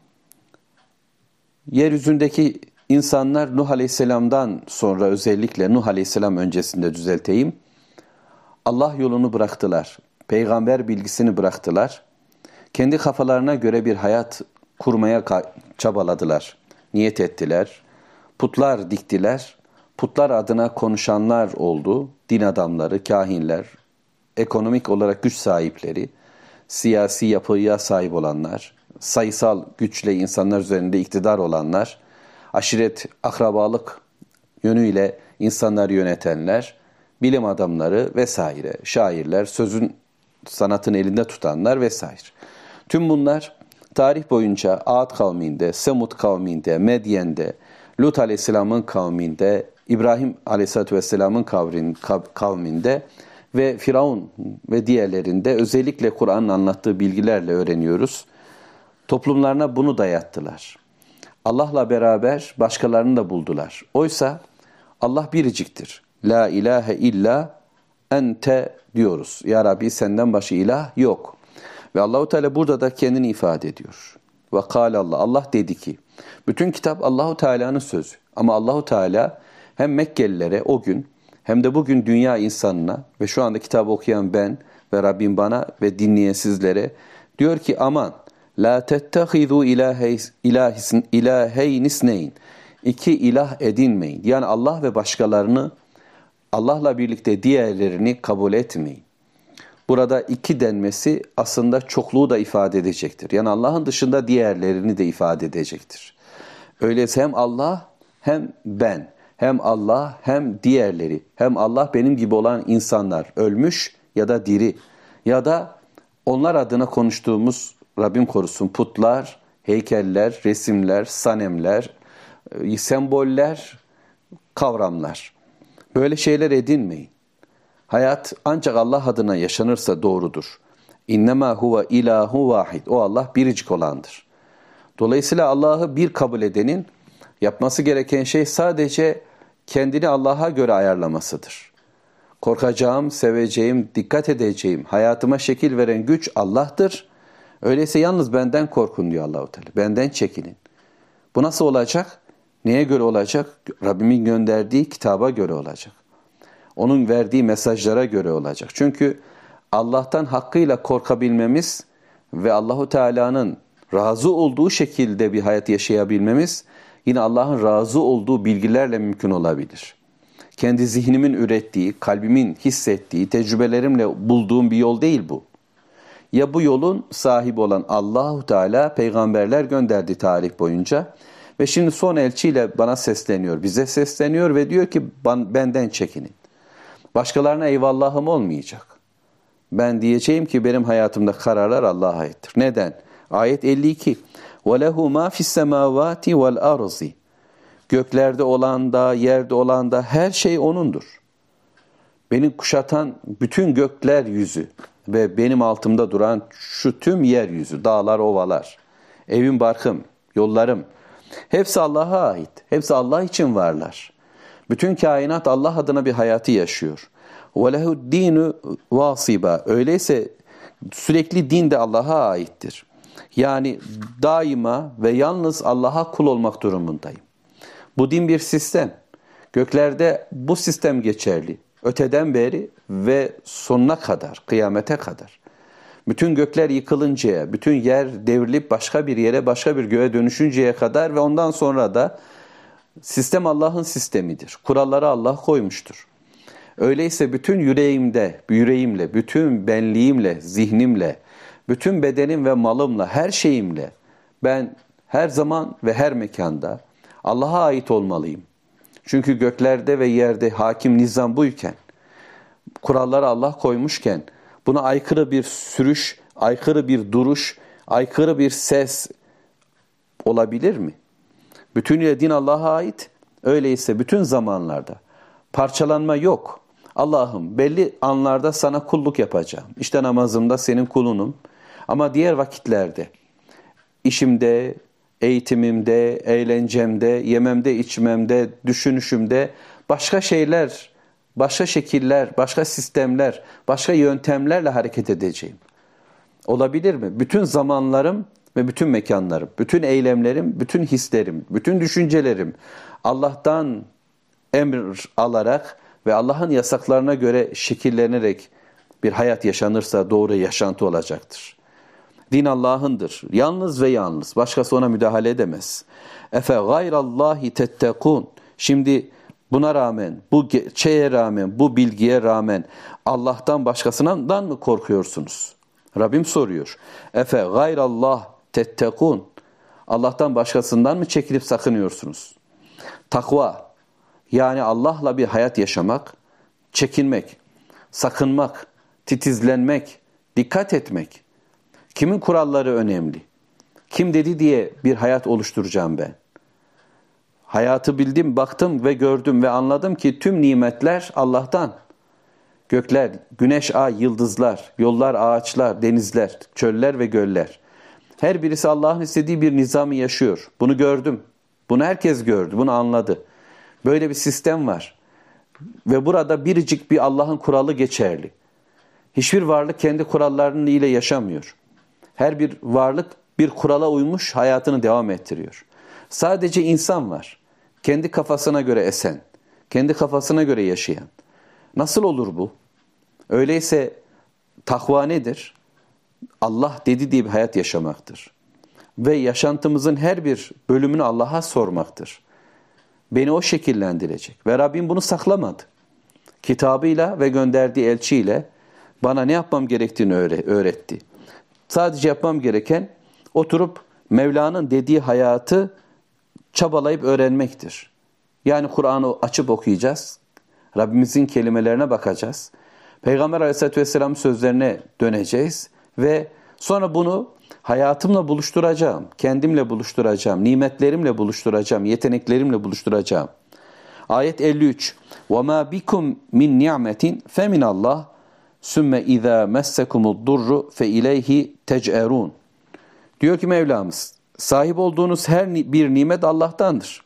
Yeryüzündeki insanlar Nuh Aleyhisselam'dan sonra, özellikle Nuh Aleyhisselam öncesinde düzelteyim, Allah yolunu bıraktılar, peygamber bilgisini bıraktılar, kendi kafalarına göre bir hayat kurmaya çabaladılar, niyet ettiler, putlar diktiler, putlar adına konuşanlar oldu, din adamları, kahinler, ekonomik olarak güç sahipleri, siyasi yapıya sahip olanlar, sayısal güçle insanlar üzerinde iktidar olanlar, aşiret, akrabalık yönüyle insanları yönetenler, bilim adamları vesaire, şairler, sözün sanatını elinde tutanlar vesaire. Tüm bunlar tarih boyunca Ad kavminde, Semud kavminde, Medyen'de, Lut Aleyhisselam'ın kavminde, İbrahim Aleyhisselatü Vesselam'ın kavminde ve Firavun ve diğerlerinde özellikle Kur'an'ın anlattığı bilgilerle öğreniyoruz. Toplumlarına bunu dayattılar. Allah'la beraber başkalarını da buldular. Oysa Allah biriciktir. La ilahe illa ente diyoruz. Ya Rabbi senden başka ilah yok. Ve Allahu Teala burada da kendini ifade ediyor. Ve kâlallah. Allah dedi ki. Bütün kitap Allahu Teala'nın sözü. Ama Allahu Teala hem Mekkelilere o gün hem de bugün dünya insanına ve şu anda kitabı okuyan ben ve Rabbim bana ve dinleyen sizlere diyor ki aman la tettehidû ilaheyn isneyn. İki ilah edinmeyin. Yani Allah ve başkalarını, Allah'la birlikte diğerlerini kabul etmeyin. Burada iki denmesi aslında çokluğu da ifade edecektir. Yani Allah'ın dışında diğerlerini de ifade edecektir. Öyleyse hem Allah hem ben, hem Allah hem diğerleri, hem Allah benim gibi olan insanlar, ölmüş ya da diri ya da onlar adına konuştuğumuz, Rabbim korusun, putlar, heykeller, resimler, sanemler, semboller, kavramlar. Böyle şeyler edinmeyin. Hayat ancak Allah adına yaşanırsa doğrudur. İnnemâ huve ilâhu vâhid. O Allah biricik olandır. Dolayısıyla Allah'ı bir kabul edenin yapması gereken şey sadece kendini Allah'a göre ayarlamasıdır. Korkacağım, seveceğim, dikkat edeceğim, hayatıma şekil veren güç Allah'tır. Öyleyse yalnız benden korkun diyor Allah-u Teala. Benden çekinin. Bu nasıl olacak? Neye göre olacak? Rabbimin gönderdiği kitaba göre olacak. Onun verdiği mesajlara göre olacak. Çünkü Allah'tan hakkıyla korkabilmemiz ve Allahu Teala'nın razı olduğu şekilde bir hayat yaşayabilmemiz yine Allah'ın razı olduğu bilgilerle mümkün olabilir. Kendi zihnimin ürettiği, kalbimin hissettiği, tecrübelerimle bulduğum bir yol değil bu. Ya bu yolun sahibi olan Allahu Teala peygamberler gönderdi tarih boyunca ve şimdi son elçiyle bana sesleniyor, bize sesleniyor ve diyor ki benden çekinin. Başkalarına eyvallahım olmayacak. Ben diyeceğim ki benim hayatımda kararlar Allah'a aittir. Neden? Ayet 52. وَلَهُ مَا فِي السَّمَاوَاتِ وَالْأَرْضِ. Göklerde olan da, yerde olan da her şey O'nundur. Beni kuşatan bütün gökler yüzü, ve benim altımda duran şu tüm yeryüzü, dağlar, ovalar, evim, barkım, yollarım, hepsi Allah'a ait. Hepsi Allah için varlar. Bütün kainat Allah adına bir hayatı yaşıyor. وَلَهُ الدِّينُ وَاصِبًا. Öyleyse sürekli din de Allah'a aittir. Yani daima ve yalnız Allah'a kul olmak durumundayım. Bu din bir sistem. Göklerde bu sistem geçerli. Öteden beri ve sonuna kadar, kıyamete kadar. Bütün gökler yıkılıncaya, bütün yer devrilip başka bir yere, başka bir göğe dönüşünceye kadar ve ondan sonra da sistem Allah'ın sistemidir. Kuralları Allah koymuştur. Öyleyse bütün yüreğimle, bütün benliğimle, zihnimle, bütün bedenim ve malımla, her şeyimle ben her zaman ve her mekanda Allah'a ait olmalıyım. Çünkü göklerde ve yerde hakim nizam buyken, kuralları Allah koymuşken, buna aykırı bir sürüş, aykırı bir duruş, aykırı bir ses olabilir mi? Bütünüyle din Allah'a ait. Öyleyse bütün zamanlarda parçalanma yok. Allah'ım belli anlarda sana kulluk yapacağım. İşte namazımda senin kulunum. Ama diğer vakitlerde, işimde, eğitimimde, eğlencemde, yememde, içmemde, düşünüşümde başka şeyler, başka şekiller, başka sistemler, başka yöntemlerle hareket edeceğim. Olabilir mi? Bütün zamanlarım ve bütün mekanlarım, bütün eylemlerim, bütün hislerim, bütün düşüncelerim Allah'tan emir alarak ve Allah'ın yasaklarına göre şekillenerek bir hayat yaşanırsa doğru yaşantı olacaktır. Din Allah'ındır. Yalnız ve yalnız. Başkası ona müdahale edemez. Efe gayrallahi tettekun. Şimdi buna rağmen, bu şeye rağmen, bu bilgiye rağmen Allah'tan başkasından mı korkuyorsunuz? Rabbim soruyor. Efe gayrallah tettekun. Allah'tan başkasından mı çekilip sakınıyorsunuz? Takva, yani Allah'la bir hayat yaşamak, çekinmek, sakınmak, titizlenmek, dikkat etmek. Kimin kuralları önemli? Kim dedi diye bir hayat oluşturacağım ben? Hayatı bildim, baktım ve gördüm ve anladım ki tüm nimetler Allah'tan. Gökler, güneş, ay, yıldızlar, yollar, ağaçlar, denizler, çöller ve göller. Her birisi Allah'ın istediği bir nizamı yaşıyor. Bunu gördüm. Bunu herkes gördü, bunu anladı. Böyle bir sistem var. Ve burada biricik bir Allah'ın kuralı geçerli. Hiçbir varlık kendi kurallarının ile yaşamıyor. Her bir varlık bir kurala uymuş hayatını devam ettiriyor. Sadece insan var. Kendi kafasına göre esen, kendi kafasına göre yaşayan. Nasıl olur bu? Öyleyse takva nedir? Allah dedi diye bir hayat yaşamaktır. Ve yaşantımızın her bir bölümünü Allah'a sormaktır. Beni o şekillendirecek. Ve Rabbim bunu saklamadı. Kitabıyla ve gönderdiği elçiyle bana ne yapmam gerektiğini öğretti. Sadece yapmam gereken oturup Mevla'nın dediği hayatı çabalayıp öğrenmektir. Yani Kur'an'ı açıp okuyacağız. Rabbimizin kelimelerine bakacağız. Peygamber Aleyhisselatü Vesselam'ın sözlerine döneceğiz. Ve sonra bunu hayatımla buluşturacağım, kendimle buluşturacağım, nimetlerimle buluşturacağım, yeteneklerimle buluşturacağım. Ayet 53. وَمَا بِكُمْ مِنْ نِعْمَةٍ فَمِنَ اللّٰهِ ثُمَّ اِذَا مَسَّكُمُ الضُّرُّ فَاِلَيْهِ تَجْأَرُونَ. Diyor ki Mevlamız, sahip olduğunuz her bir nimet Allah'tandır.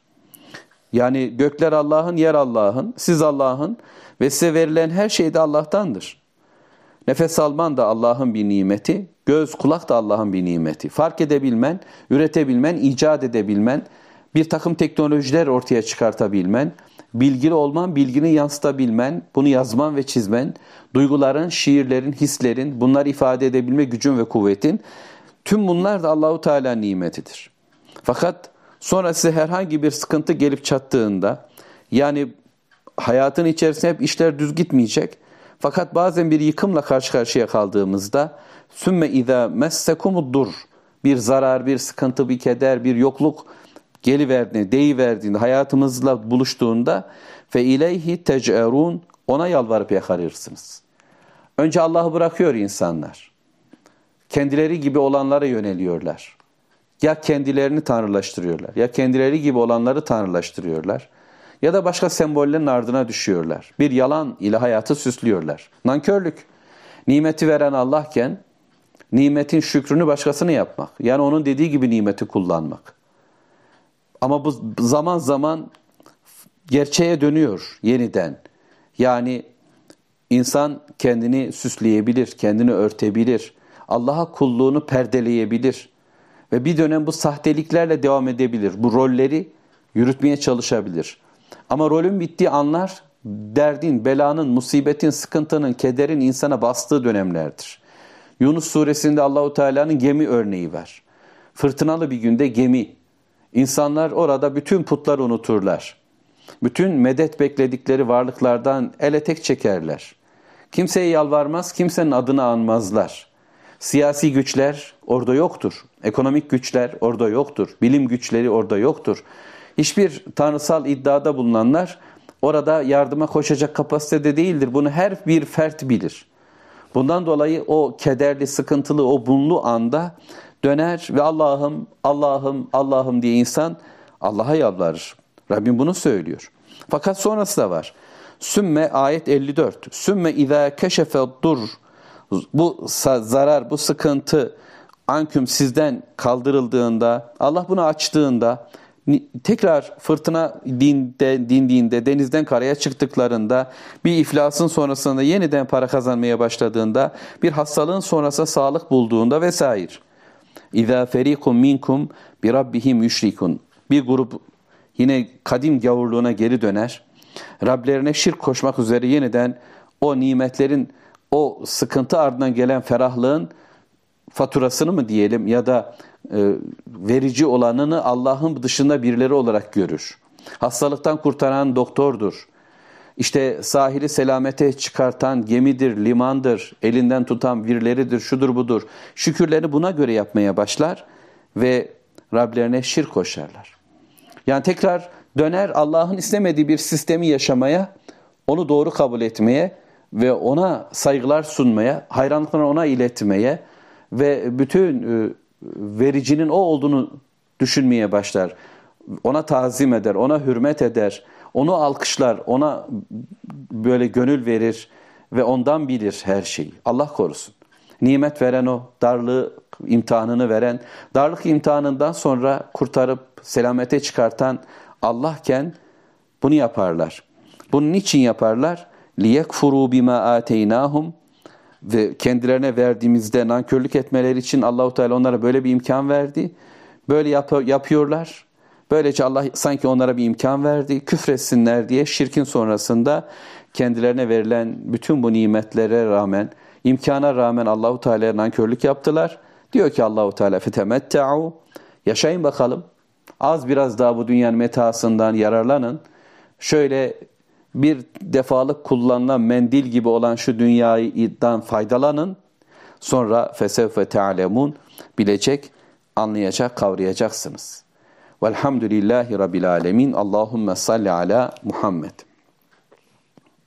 Yani gökler Allah'ın, yer Allah'ın, siz Allah'ın ve size verilen her şey de Allah'tandır. Nefes alman da Allah'ın bir nimeti, göz, kulak da Allah'ın bir nimeti. Fark edebilmen, üretebilmen, icat edebilmen, bir takım teknolojiler ortaya çıkartabilmen, bilgili olman, bilgini yansıtabilmen, bunu yazman ve çizmen, duyguların, şiirlerin, hislerin, bunları ifade edebilme gücün ve kuvvetin, tüm bunlar da Allahu Teala'nın nimetidir. Fakat sonra size herhangi bir sıkıntı gelip çattığında, yani hayatın içerisinde hep işler düz gitmeyecek, fakat bazen bir yıkımla karşı karşıya kaldığımızda sümme izâ messekumu'd-dur, bir zarar, bir sıkıntı, bir keder, bir yokluk geliverdiğinde, deyiverdiğinde, hayatımızla buluştuğunda fe ileyhi tec'erun, ona yalvarıp yakarırsınız. Önce Allah'ı bırakıyor insanlar. Kendileri gibi olanlara yöneliyorlar. Ya kendilerini tanrılaştırıyorlar, ya kendileri gibi olanları tanrılaştırıyorlar. Ya da başka sembollerin ardına düşüyorlar. Bir yalan ile hayatı süslüyorlar. Nankörlük. Nimeti veren Allah'ken nimetin şükrünü başkasına yapmak. Yani onun dediği gibi nimeti kullanmak. Ama bu zaman zaman gerçeğe dönüyor yeniden. Yani insan kendini süsleyebilir, kendini örtebilir. Allah'a kulluğunu perdeleyebilir. Ve bir dönem bu sahteliklerle devam edebilir. Bu rolleri yürütmeye çalışabilir. Ama rolün bittiği anlar derdin, belanın, musibetin, sıkıntının, kederin insana bastığı dönemlerdir. Yunus suresinde Allahu Teala'nın gemi örneği var. Fırtınalı bir günde gemi. İnsanlar orada bütün putları unuturlar. Bütün medet bekledikleri varlıklardan ele tek çekerler. Kimseye yalvarmaz, kimsenin adını anmazlar. Siyasi güçler orada yoktur. Ekonomik güçler orada yoktur. Bilim güçleri orada yoktur. Hiçbir tanrısal iddiada bulunanlar orada yardıma koşacak kapasitede değildir. Bunu her bir fert bilir. Bundan dolayı o kederli, sıkıntılı, o bunlu anda döner ve Allah'ım, Allah'ım, Allah'ım diye insan Allah'a yalvarır. Rabbim bunu söylüyor. Fakat sonrası da var. Sümme ayet 54. Sümme izâ keşefe'd-dur. Bu zarar, bu sıkıntı anküm sizden kaldırıldığında, Allah bunu açtığında, tekrar fırtına dindiğinde, denizden karaya çıktıklarında, bir iflasın sonrasında yeniden para kazanmaya başladığında, bir hastalığın sonrasında sağlık bulduğunda vesaire. İzâ ferîkum minkum bi rabbihim yüşrikun. Bir grup yine kadim gavurluğuna geri döner. Rablerine şirk koşmak üzere yeniden o nimetlerin, o sıkıntı ardından gelen ferahlığın faturasını mı diyelim ya da verici olanını Allah'ın dışında birileri olarak görür. Hastalıktan kurtaran doktordur. İşte sahili selamete çıkartan gemidir, limandır, elinden tutan birileridir, şudur budur. Şükürlerini buna göre yapmaya başlar ve Rablerine şirk koşarlar. Yani tekrar döner Allah'ın istemediği bir sistemi yaşamaya, onu doğru kabul etmeye ve ona saygılar sunmaya, hayranlıklarını ona iletmeye ve bütün vericinin o olduğunu düşünmeye başlar. Ona tazim eder, ona hürmet eder, onu alkışlar, ona böyle gönül verir ve ondan bilir her şeyi. Allah korusun. Nimet veren o, darlığı imtihanını veren, darlık imtihanından sonra kurtarıp selamete çıkartan Allah'ken bunu yaparlar. Bunun için yaparlar? لِيَكْفُرُوا بِمَا آتَيْنَاهُمْ Ve kendilerine verdiğimizde nankörlük etmeleri için Allahu Teala onlara böyle bir imkan verdi. Böyle yapıyorlar. Böylece Allah sanki onlara bir imkan verdi. Küfretsinler diye şirkin sonrasında kendilerine verilen bütün bu nimetlere rağmen, imkana rağmen Allahu Teala'ya nankörlük yaptılar. Diyor ki Allahu Teala fetemetta'u, yaşayın bakalım. Az biraz daha bu dünyanın metaasından yararlanın. Şöyle bir defalık kullanılan mendil gibi olan şu dünyadan faydalanın. Sonra fesevfe te'alemun, bilecek, anlayacak, kavrayacaksınız. Velhamdülillahi Rabbil alemin. Allahümme salli ala Muhammed.